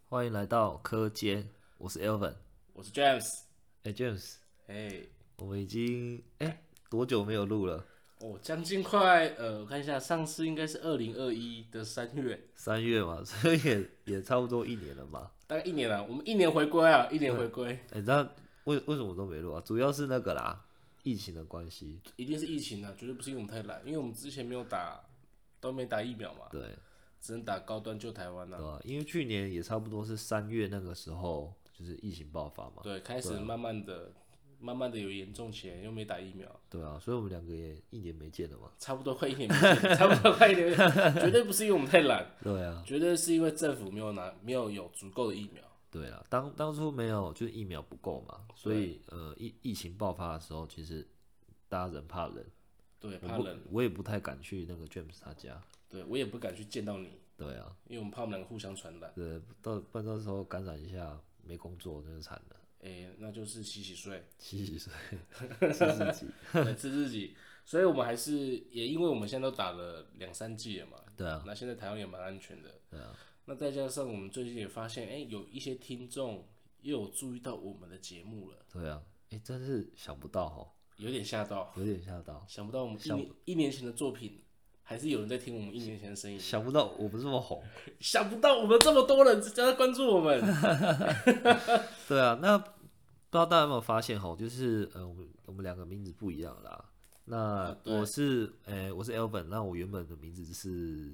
欢迎来到科间，我是 Elvin。 我是 James。 James， 哎， 我们已经多久没有录了？ 将近快我看一下，上次应该是2021的3月， 3月嘛，所以也差不多1年了嘛。 大概一年了。我们一年回归啊，一年回归， 那为什么都没录啊？主要是那个啦，疫情的关系。 一定是疫情啊，绝对不是因为我们太懒，因为我们之前没有打，都没打疫苗嘛， 对， 只能打高端救台湾啊。 对吧？因为去年也差不多是3月那个时候，就是疫情爆发嘛。 对，开始慢慢的有严重起来，又没打疫苗， 对啊，所以我们2个也1年没见了嘛。 差不多快一年没见，差不多快一年，绝对不是因为我们太懒， 对啊， 绝对是因为政府没有足够的疫苗。 对啊，当初没有就是疫苗不够嘛，所以疫情爆发的时候，其实大家人怕人。 对，怕冷， 我也不太敢去那个 James 他家。 对我也不敢去见到你， 对啊， 因为我们怕我们两个互相传染。 对，不然到时候感染一下没工作，真的惨了。 那就是洗洗睡， 洗洗睡，吃自己。 对，吃自己。所以我们还是也因为我们现在都打了2、3剂了嘛， 对啊， 那现在台湾也蛮安全的。 对啊， 那再加上我们最近也发现，有一些听众又有注意到我们的节目了， 对啊，真是想不到哦， 有点吓到， 有点吓到， 想不到我们一年前的作品，还是有人在听我们1年前的声音， 想不到我们这么红。 想不到我们这么多人在关注我们。 对啊，那不知道大家有没有发现吼，就是我们2个名字不一样啦。那我是Elvin，那我原本的名字是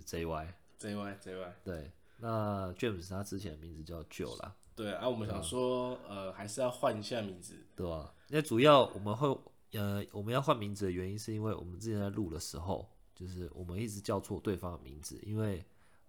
JY， 对，那 James 他之前的名字叫 Joe 啦。 对啊，我们想说，还是要换一下名字， 对吧？那主要我们要换名字的原因，是因为我们之前在录的时候，就是我们一直叫错对方的名字，因为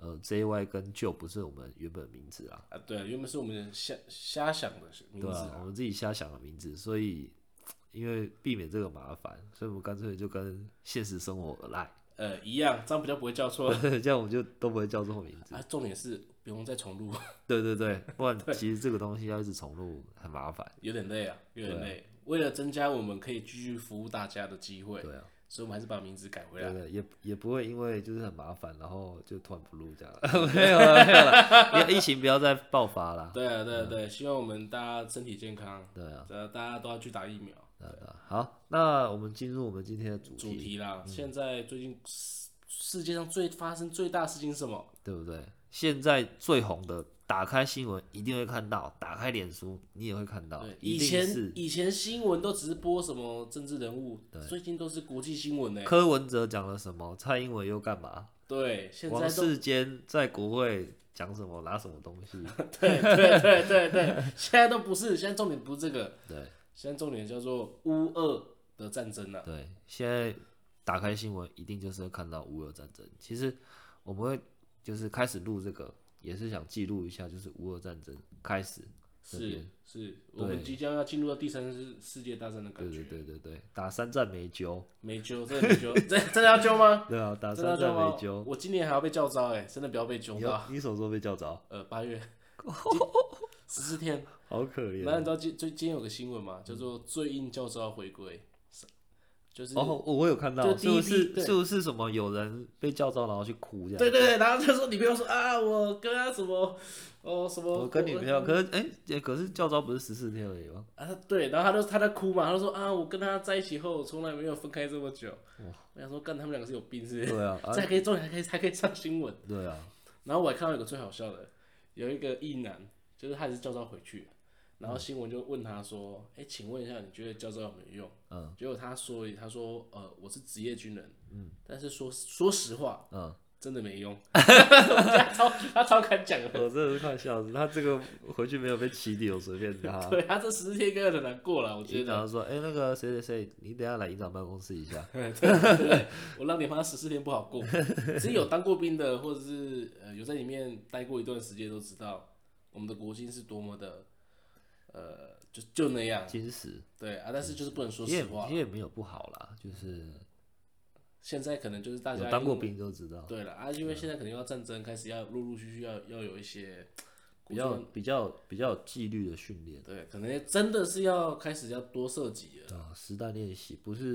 JY 跟 Joe 不是我们原本的名字啊。 对，原本是我们瞎想的名字对啊，我们自己瞎想的名字，所以因为避免这个麻烦，所以我们干脆就跟现实生活而来。 一样，这样比较不会叫错。 这样我们就都不会叫错名字。 重点是不用再重录， 对，不然其实这个东西要一直重录很麻烦。 有点累啊，有点累。为了增加我们可以继续服务大家的机会， 对啊， 所以我们还是把名字改回来。 对，也不会因为就是很麻烦，然后就突然不录这样。没有了，疫情不要再爆发啦。 对，希望我们大家身体健康。 对啊， 大家都要去打疫苗。 对，好，那我们进入我们今天的主题啦。现在最近世界上发生最大的事情是什么？ 对不对？现在最红的，打开新闻一定会看到，打开脸书你也会看到。 以前新闻都只是播什么政治人物，最近都是国际新闻呢。 柯文哲讲了什么？蔡英文又干嘛？ 对，现在王世坚在国会讲什么？拿什么东西？ 对，现在都不是，现在重点不是这个。 对， 现在重点叫做乌俄的战争啊。 对，现在打开新闻一定就是会看到乌俄战争。其实我们会就是开始录这个，也是想记录一下，就是乌俄战争开始。 是，我们即将要进入到第3次世界大战的感觉。 对，打3战没救， 真的没救，真的要救吗？ 对啊，打3战没救。 我今年还要被叫招真的不要被揪到。 你什么时候被叫招 ？8月，14天， 好可怜。 那你知道今天有个新闻嘛，叫做最硬叫招回归。就是我有看到，是不是什么有人被叫招然后去哭这样？ 对，然后他说女朋友说啊，我跟他什么什么， 我跟女朋友，可是叫招不是14天而已吗？ 对，然后他在哭嘛，他说啊，我跟他在一起后，我从来没有分开这么久。我想说，干他们2个是有病是不是？ 对啊， 这还可以上新闻。 对啊， 然后我还看到有个最好笑的，有一个异男，就是他也是叫招回去。然后新闻就问他说：“请问一下，你觉得教招有没有用？”结果他说：“我是职业军人，但是说实话，真的没用。”他超敢讲的， 我真的是快笑死。他这个回去没有被起底，我随便他。 对他这14天应该很难过了，我觉得。 营长说：“那个谁，你等一下来营长办公室一下。” 对，我让你怕14天不好过。只有当过兵的，或者是有在里面待过一段时间，都知道我们的国军是多么的。就那样， 金石对啊，但是就是不能说实话， 也没有不好啦，就是现在可能就是大家有当过兵都知道， 对了因为现在可能要战争开始，要陆续要有一些比较有纪律的训练， 对，可能真的是要开始要多射击了， 实弹练习不是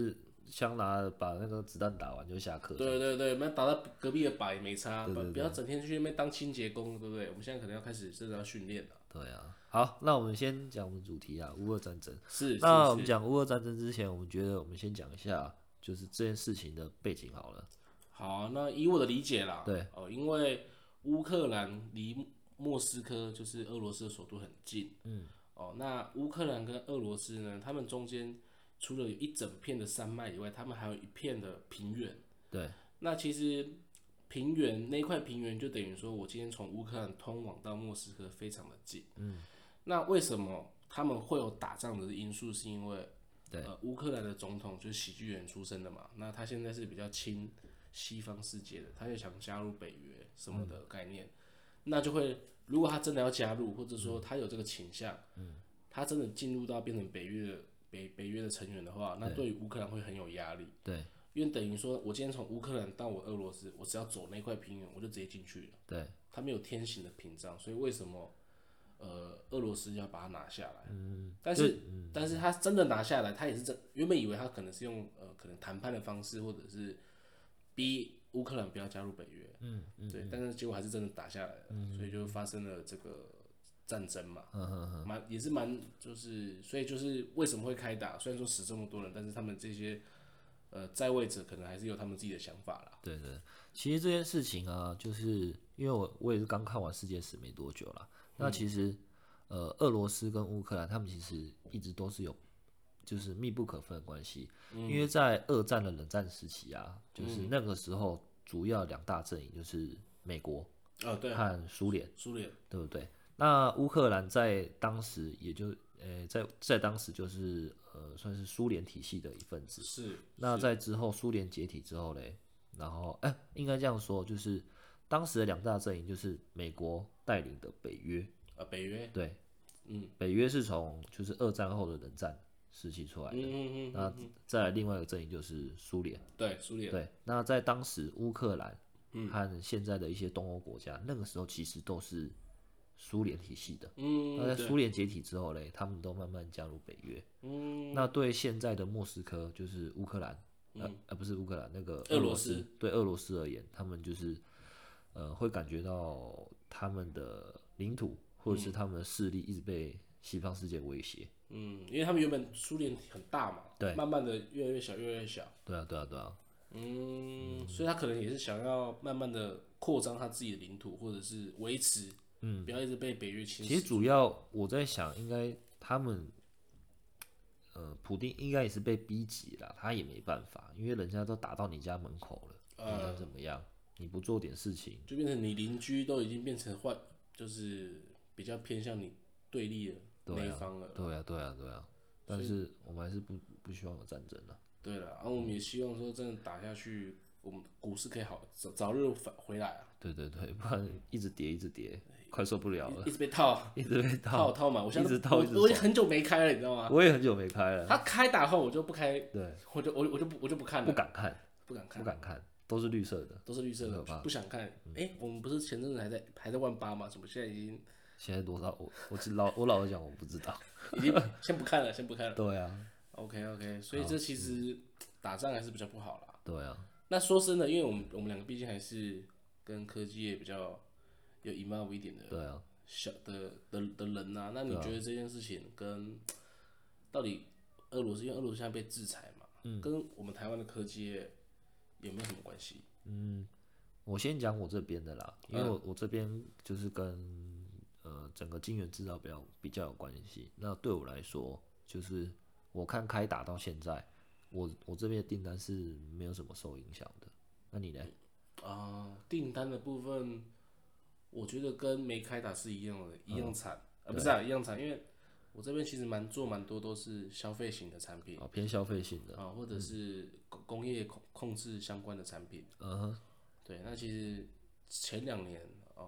枪拿了把那个子弹打完就下课。 对对对，那打到隔壁的靶也没差， 对对对不要整天去那边当清洁工，对不对？我们现在可能要开始真的要训练了。 对啊，好，那我们先讲我们主题啊，乌俄战争。 是， 那我们讲乌俄战争之前，我们觉得我们先讲一下，就是这件事情的背景好了。 好啊，那以我的理解啦， 对， 因为乌克兰离莫斯科就是俄罗斯的首都很近，那乌克兰跟俄罗斯呢，他们中间除了有一整片的山脉以外，他们还有一片的平原。 对， 那其实平原那块平原就等于说，我今天从乌克兰通往到莫斯科非常的近。那为什么他们会有打仗的因素？是因为乌克兰的总统就是喜剧演出身的嘛，那他现在是比较亲西方世界的，他就想加入北约什么的概念，那就会如果他真的要加入，或者说他有这个倾向，他真的进入到变成北约的成员的话，那对于乌克兰会很有压力。 对， 因为等于说，我今天从乌克兰到我俄罗斯，我只要走那块平原，我就直接进去了。 对， 它没有天行的屏障，所以为什么俄罗斯要把它拿下来？但是他真的拿下来，他也是原本以为他可能是用可能谈判的方式，或者是逼乌克兰不要加入北约。对，但是结果还是真的打下来了，所以就发生了这个战争嘛，也是蛮就是所以就是为什么会开打？虽然说死这么多人，但是他们这些在位者可能还是有他们自己的想法啦。 对对，其实这件事情啊，就是因为我也是刚看完世界史没多久啦。那其实俄罗斯跟乌克兰他们其实一直都是有就是密不可分的关系，因为在二战的冷战时期啊，就是那个时候主要两大阵营就是美国和苏联，对不对？那乌克兰在当时也就在当时就是算是苏联体系的一份子。 是。 那在之后苏联解体之后嘞，然后应该这样说，就是当时的两大阵营就是美国带领的北约。 北约。 对，北约是从就是二战后的冷战时期出来的。那再来另外一个阵营就是苏联。 对，苏联。 对，那在当时乌克兰和现在的一些东欧国家，那个时候其实都是苏联体系的。那在苏联解体之后嘞，他们都慢慢加入北约。那对现在的莫斯科就是乌克兰，不是乌克兰那个俄罗斯，对俄罗斯而言，他们就是会感觉到他们的领土或者是他们的势力一直被西方世界威胁。 因为他们原本苏联很大嘛， 对， 慢慢的越来越小，越来越小。 对啊，对啊，对啊。 所以他可能也是想要慢慢的扩张他自己的领土，或者是维持，不要一直被北约侵蚀。 其实主要我在想，应该他们，普丁应该也是被逼急了，他也没办法，因为人家都打到你家门口了，你能怎么样？你不做点事情， 就变成你邻居都已经变成就是比较偏向你对立的那一方了。 对啊，对啊，对啊。但是我们还是不希望有战争了。 对了，我们也希望说真的打下去，我们股市可以早日回来啊。 对对对，不然一直跌，快受不了了。 一直被套， 一直被套嘛，我一直套， 我很久没开了，你知道吗？ 我也很久没开了。 他开打后我就不开， 对， 我就不看了， 不敢看，都是绿色的，不想看。我们不是前阵子还在18000吗？怎么现在已经？ 现在多少？我老实讲，我不知道， 已经先不看了。 对啊。 OK， 所以这其实打仗还是比较不好啦。 对啊。 那说真的，因为我们两个毕竟还是跟科技业比较有 involve 一点的， 对啊， 小的人啊，那你觉得这件事情跟到底俄罗斯，因为俄罗斯现在被制裁嘛，跟我们台湾的科技业有没有什么关系？ 我先讲我这边的啦，因为我这边就是跟整个晶圆制造比较有关系。那对我来说，就是我看开打到现在，我这边的订单是没有什么受影响的。那你呢？ 订单的部分，我觉得跟没开打是一样的，一样惨。不是一样惨，因为我这边其实做蛮多都是消费型的产品， 偏消费型的或者是工业控制相关的产品。对，那其实前2年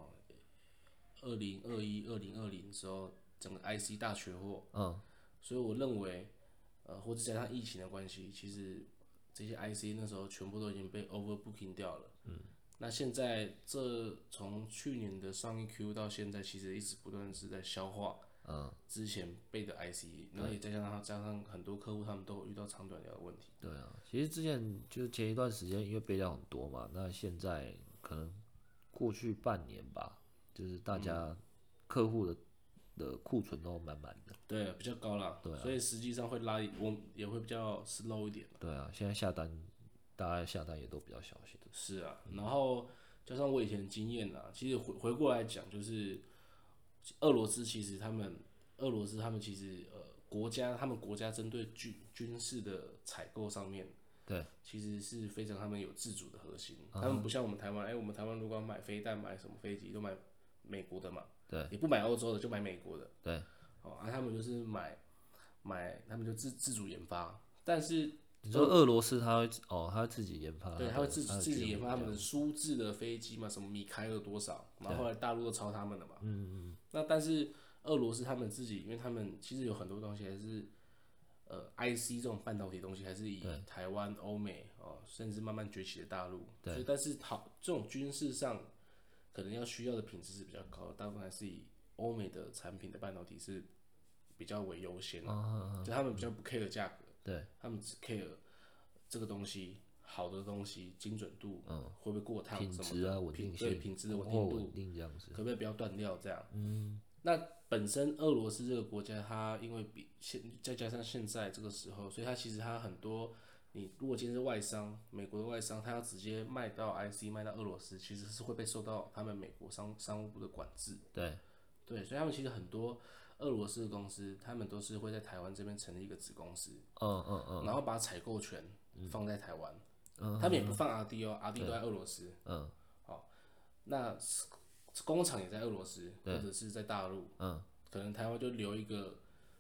2021、2020的时候，整个 IC 大缺货，所以我认为，或者加上疫情的关系，其实这些 IC 那时候全部都已经被 overbooking 掉了。那现在从去年的上一 Q 到现在，其实一直不断是在消化， 之前备的 IC，然后也再加上很多客户他们都有遇到长短料的问题。 对啊，其实之前就是前一段时间因为备料很多嘛，那现在可能过去半年吧，就是大家客户的库存都满满的。 对，比较高啦，所以实际上会我也会比较 slow 一点。 对啊，现在下单，大家下单也都比较小心。 是啊，然后加上我以前的经验啦，其实回过来讲，就是俄罗斯他们其实他们国家针对军事的采购上面， 对， 其实是非常他们有自主的核心。他们不像我们台湾，我们台湾如果要买飞弹、买什么飞机，都买美国的嘛， 对， 也不买欧洲的，就买美国的， 对。 他们就是他们就自主研发，但是你说俄罗斯他会自己研发， 对，他会自己研发他们的苏制的飞机嘛，什么米开尔多少，然后后来大陆都抄他们的嘛。那但是俄罗斯他们自己，因为他们其实有很多东西还是IC 这种半导体东西，还是以台湾、欧美甚至慢慢崛起的大陆。所以但是这种军事上可能需要的品质是比较高的，大部分还是以欧美的产品的半导体是比较为优先的，就他们比较不 care 价格。 对， 他们只 care 这个东西好的东西精准度，会不会过烫， 品质啊稳定性， 对品质的稳定度， 这样子， 可不可以不要断掉这样？那本身俄罗斯这个国家，它因为再加上现在这个时候，所以它其实它很多，你如果今天是外商，美国的外商，它要直接卖到 IC 卖到俄罗斯，其实是会被受到他们美国商务部的管制。 对， 所以他们其实很多俄罗斯的公司，他们都是会在台湾这边成立一个子公司，然后把采购权放在台湾，他们也不放 RD 都在俄罗斯，那工厂也在俄罗斯或者是在大陆，可能台湾就留一个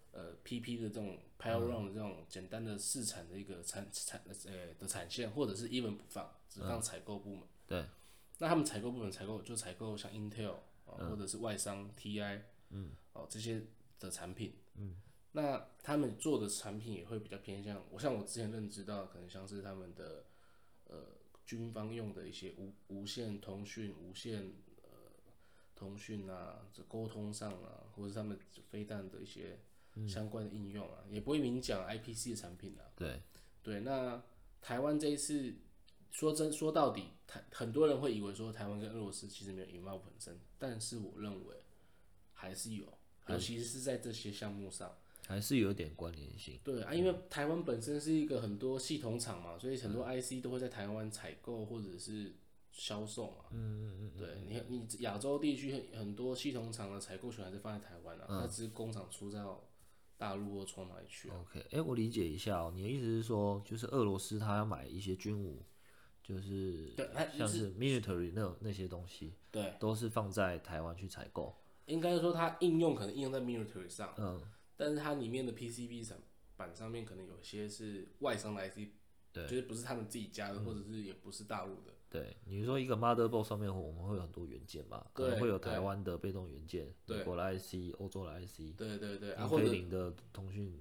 PP 的这种 Pile Run 的这种简单的试产的一个产线，或者是 even 不放，只放采购部门。 对， 那他们采购部门采购像 Intel 或者是外商 TI，这些的产品，那他们做的产品也会比较偏向我之前认知到，可能像是他们的军方用的一些无线通讯、通讯啊，这沟通上啊，或者是他们飞弹的一些相关的应用啊，也不会明讲 IPC 的产品啊。对，那台湾这一次说到底，很多人会以为说台湾跟俄罗斯其实没有引爆本身，但是我认为还是有，尤其是在这些项目上。 还是有点关联性。 对啊，因为台湾本身是一个很多系统厂嘛，所以很多 IC 都会在台湾采购或者是销售嘛。对，你亚洲地区很多系统厂的采购权还是放在台湾啊，它只是工厂出到大陆或冲哪里去。 OK， 我理解一下你的意思是说，就是俄罗斯它要买一些军武，就是像是 military 那些东西， 对， 都是放在台湾去采购。 应该说它可能应用在 military 上，但是它里面的 PCB 板上面可能有些是外商的 IC， 就是不是他们自己家的，或者是也不是大陆的。 对，你说一个 motherboard 上面我们会有很多元件嘛，可能会有台湾的被动元件、美国的 IC、欧洲的 IC， 对， 英飞凌的通讯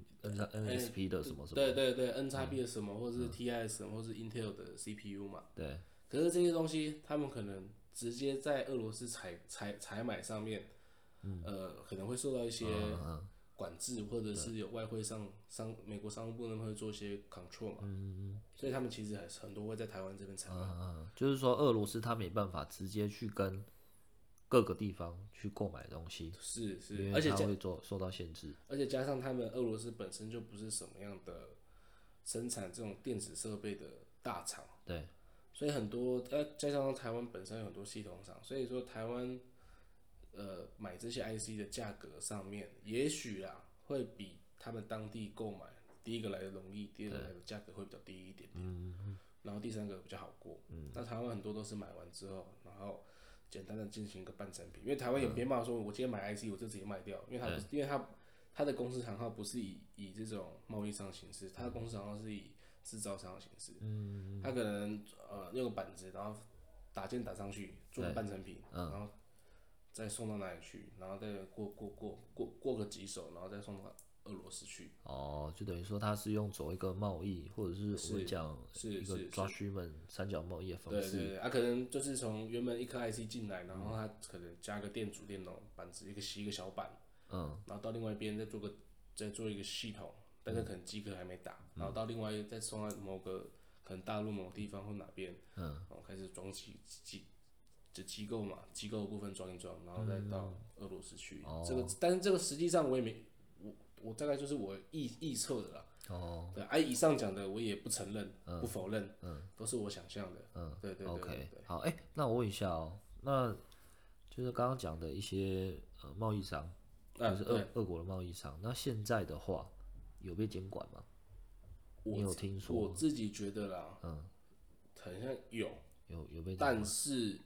NSP 的什么什么， 对 NXP 的什么，或者是 TI 的什么，或是 Intel 的 CPU 嘛。 对。 可是这些东西，他们可能直接在俄罗斯采买上面，可能会受到一些管制，或者是有外汇美国商务部那边会做一些 control 嘛，所以他们其实还是很多会在台湾这边采买。 就是说俄罗斯它没办法直接去跟各个地方去购买东西， 是， 而且它会受到限制， 而且加上他们俄罗斯本身就不是什么样的生产这种电子设备的大厂， 对， 所以很多加上台湾本身有很多系统厂，所以说台湾买这些 IC 的价格上面，也许啦会比他们当地购买第一个来的容易，第二个来的价格会比较低一点点，然后第三个比较好过。那台湾很多都是买完之后，然后简单的进行一个半成品，因为台湾也别骂说我今天买 IC 我就直接卖掉，因为它的公司行号不是以这种贸易商的形式，它的公司行号是以制造商的形式，它可能用个板子，然后打件打上去，做个半成品，然后再送到哪里去，然后再过个几手，然后再送到俄罗斯去。 就等于说它是走一个贸易，或者是我们讲一个 dropshipment 三角贸易的方式。 对，可能就是从原本一颗 IC 进来，然后它可能加个电阻、电容板子，一个小板， 然后到另外一边再做一个系统，但是可能机壳还没打，然后到另外再送到某个可能大陆某个地方或哪边，开始装机构嘛，机构的部分装一装，然后再到俄罗斯去。但是这个实际上我也没，我大概就是我臆测的啦。对，以上讲的我也不承认，不否认，都是我想象的。对。 OK， 好，那我问一下那就是刚刚讲的一些贸易商，就是俄国的贸易商，那现在的话有被监管吗？你有听说？ 我自己觉得啦，好像有被监管，但是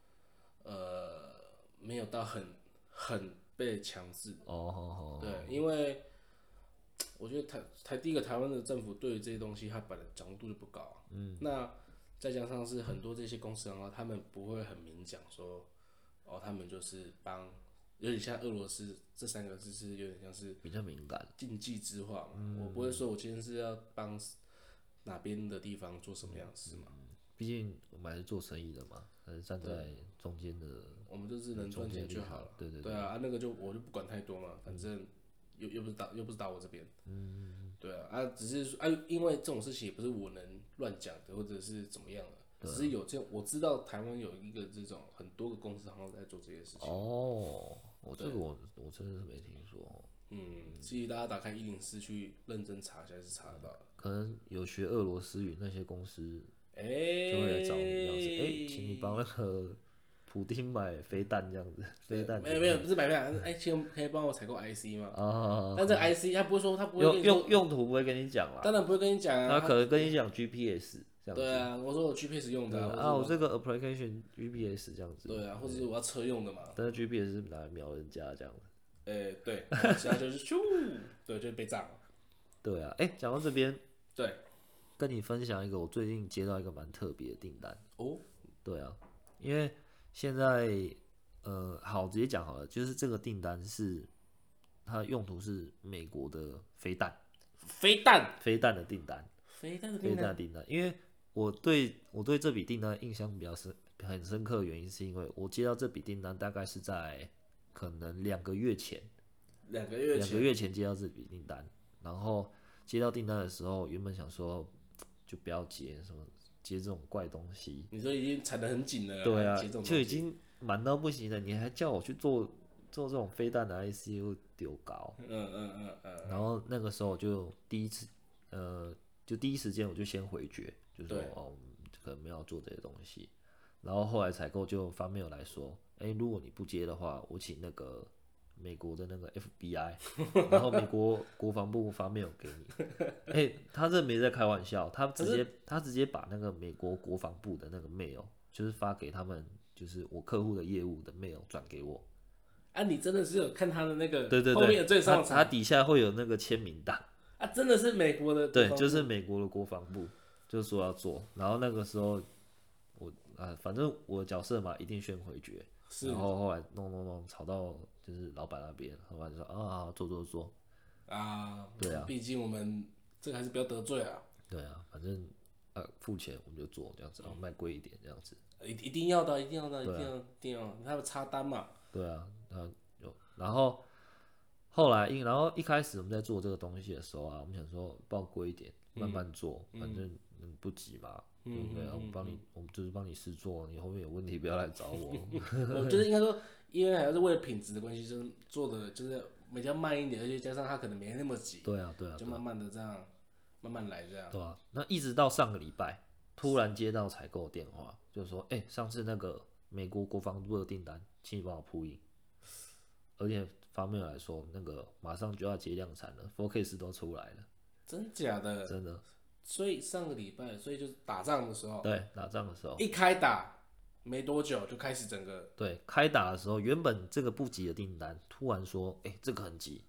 没有到很被强制。对，因为我觉得第一个台湾的政府对于这些东西，它本来掌握度就不高。那再加上是很多这些公司啊，他们不会很明讲说，他们就是有点像俄罗斯这3个字是有点像是比较敏感禁忌之话嘛。我不会说我今天是要帮哪边的地方做什么样的事嘛。 毕竟我们还是做生意的嘛，还是站在中间的。 我们就是能赚钱就好了。对啊，那个我就不管太多嘛，反正又不是打我这边。对啊，只是说因为这种事情也不是我能乱讲的，或者是怎么样的，只是有这种我知道台湾有一个这种很多个公司好像在做这些事情。 这个我真的是没听说。 所以大家打开104去认真查一下是查得到的。 可能有学俄罗斯语那些公司，就会来找你这样子，请你帮那个普丁买飞弹这样子，飞弹没有不是买飞弹，请可以帮我采购 IC 吗？但这个 IC 他不会用途不会跟你讲啦， 当然不会跟你讲啊， 他可能跟你讲 GPS 这样子。 对啊，我说我 GPS 用的我这个 application GPS 这样子。 对啊，或者是我要车用的嘛。 但是 GPS 是拿来瞄人家这样子。 对，其他就是咻，对，就被炸了。 对啊，讲到这边， 对， 跟你分享一个我最近接到一个蛮特别的订单。对啊，因为现在好直接讲好了，就是这个订单是它用途是美国的飞弹的订单。因为我对这笔订单印象比较很深刻的原因，是因为我接到这笔订单大概是在可能2个月前接到这笔订单，然后接到订单的时候，原本想说就不要接这种怪东西。 你说已经踩得很紧了， 对啊，就已经满到不行了，你还叫我去做这种飞弹的 ICU 丢高。然后那个时候就第一时间我就先回绝，就说可能没有做这些东西。然后后来采购就发 mail 来说，如果你不接的话，我请那个美国的那个 FBI， 然后美国国防部发 mail 给你。他这没在开玩笑，他直接把那个美国国防部的那个 mail， 就是发给他们，就是我客户的业务的 mail 转给我。 你真的是有看他的那个对后面的最上层，他底下会有那个签名档。 真的是美国的， 对，就是美国的国防部，就说要做。然后那个时候反正我的角色嘛，一定先回绝。然后后来弄吵到就是老板那边，老板就说做对啊， 毕竟我们这个还是不要得罪啊。 对啊，反正付钱我们就做这样子，然后卖贵一点这样子。 一定要的，他们插单嘛。 对啊，然后后来然后一开始我们在做这个东西的时候我们想说报贵一点，慢慢做，反正不急嘛。对不对？我们就是帮你试做，你后面有问题不要来找我。 我就是应该说，因为还是为了品质的关系，就是做的就是比较慢一点，而且加上它可能没那么急。 对啊， 就慢慢的这样，慢慢来这样。 对啊，那一直到上个礼拜，突然接到采购电话，就说，上次那个美国国防部的订单，请你帮我铺印，而且方面来说，那个马上就要接量产了 ，4K 都出来了。 真假的？ 真的。 所以上个礼拜，所以就是打仗的时候， 对，打仗的时候， 一开打没多久就开始整个。 对，开打的时候，原本这个不急的订单，突然说，这个很急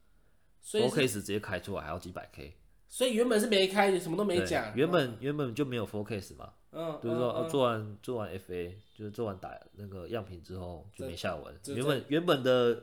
，4K 直接开出来，还要几百 K。 所以原本是没开，什么都没讲。 原本就没有 4K 嘛，就是说做完 FA， 就是做完打那个样品之后就没下文。原本的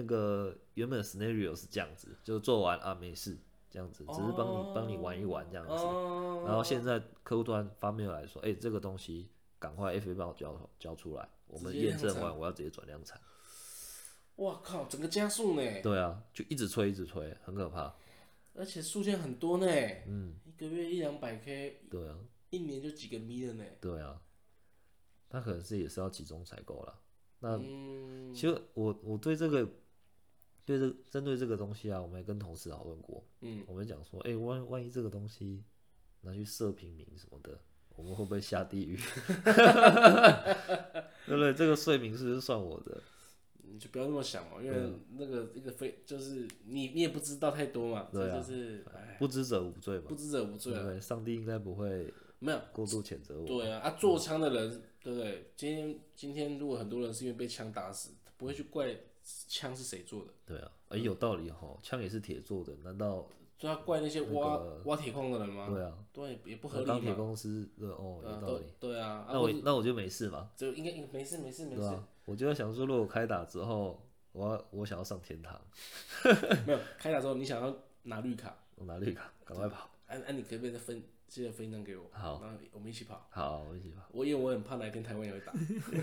scenario 是这样子，就做完没事。这样子，只是帮你玩一玩这样子，然后现在客户突然发 mail 来说，这个东西赶快 FA 帮我交出来，我们验证完我要直接转量产。 哇靠，整个加速呢， 对啊，就一直吹一直吹，很可怕。 而且数件很多呢，一个月100-200K， 对啊， 一年就几个 million 呢。 对啊，他可能也是要集中采购啦。那嗯， 其实我对这个针对这个东西啊，我们也跟同事讨论过。我们讲说，万一这个东西拿去射平民什么的，我们会不会下地狱？对不对？这个税名是不是算我的？ 你就不要那么想嘛，因为那个一个非就是你也不知道太多嘛， 对啊， 这就是不知者无罪嘛， 不知者无罪啊。 对不对？上帝应该不会没有过度谴责我。 对啊，做枪的人，对不对？今天如果很多人是因为被枪打死，不会去怪枪是谁做的， 对啊，有道理哈，枪也是铁做的，难道就要怪那些挖铁矿的人吗？ 对啊， 对，也不合理钢铁嘛。 公司的有道理。 对啊， 那我就没事嘛， 就应该没事没事没事。 对吧？我就在想说，如果开打之后，我想要上天堂， 没有开打之后，你想要拿绿卡， 我拿绿卡，赶快跑。 你可不可以记得分一张给我？ 好， 然后我们一起跑。 好，我一起跑。 因为我很怕哪一天台湾也会打，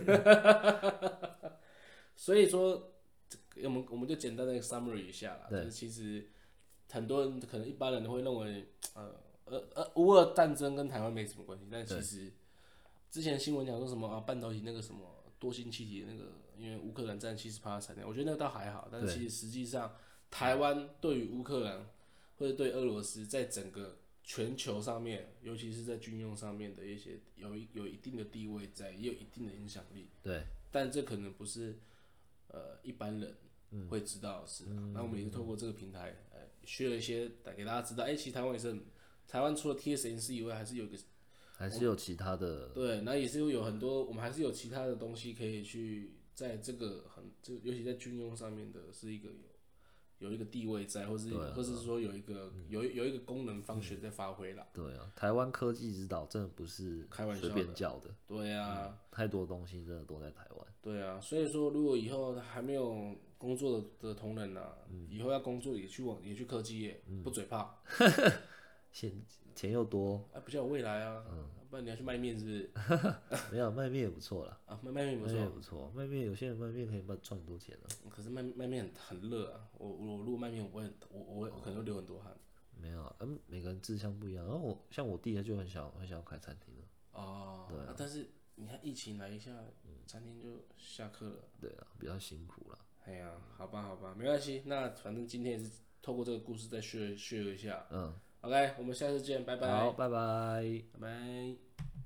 所以说我们就简单的 summary 一下啦。就是其实很多人可能一般人会认为，乌俄战争跟台湾没什么关系，但其实之前新闻讲说什么半导体那个什么多芯气体的那个，因为乌克兰占70%的产量，我觉得那个倒还好，但是其实实际上台湾对于乌克兰或者对俄罗斯在整个全球上面，尤其是在军用上面的一些有一定的地位在，也有一定的影响力。 对， 但这可能不是一般人会知道的事。那我们也是透过这个平台，学了一些，给大家知道，其实台湾也是台湾除了 TSMC 以外， 还是有其他的。 对，那也是有很多，我们还是有其他的东西可以去在这个尤其在军用上面的，是有一个地位在，或是说有一个功能方学在发挥啦。 对啊，台湾科技之岛真的不是随便叫的。 对啊， 太多东西真的都在台湾。 对啊，所以说如果以后还没有工作的同仁啊，以后要工作也去科技业，不嘴炮， 钱又多， 比较有未来啊。不然你要去卖面是不是？ 没有卖面也不错啦。 卖面不错， 卖面不错，卖面有些人卖面可以赚很多钱的。 可是卖面很热啊，我如果卖面，我可能会流很多汗。 没有啊，每个人志向不一样。然后像我弟他就很想要开餐厅了。 哦，对啊，但是你看疫情来一下，餐厅就下课了。 对啊，比较辛苦了。 哎呀，好吧，没关系。那反正今天也是透过这个故事再share一下。OK，我们下次见，拜拜。 好，拜拜。 拜拜。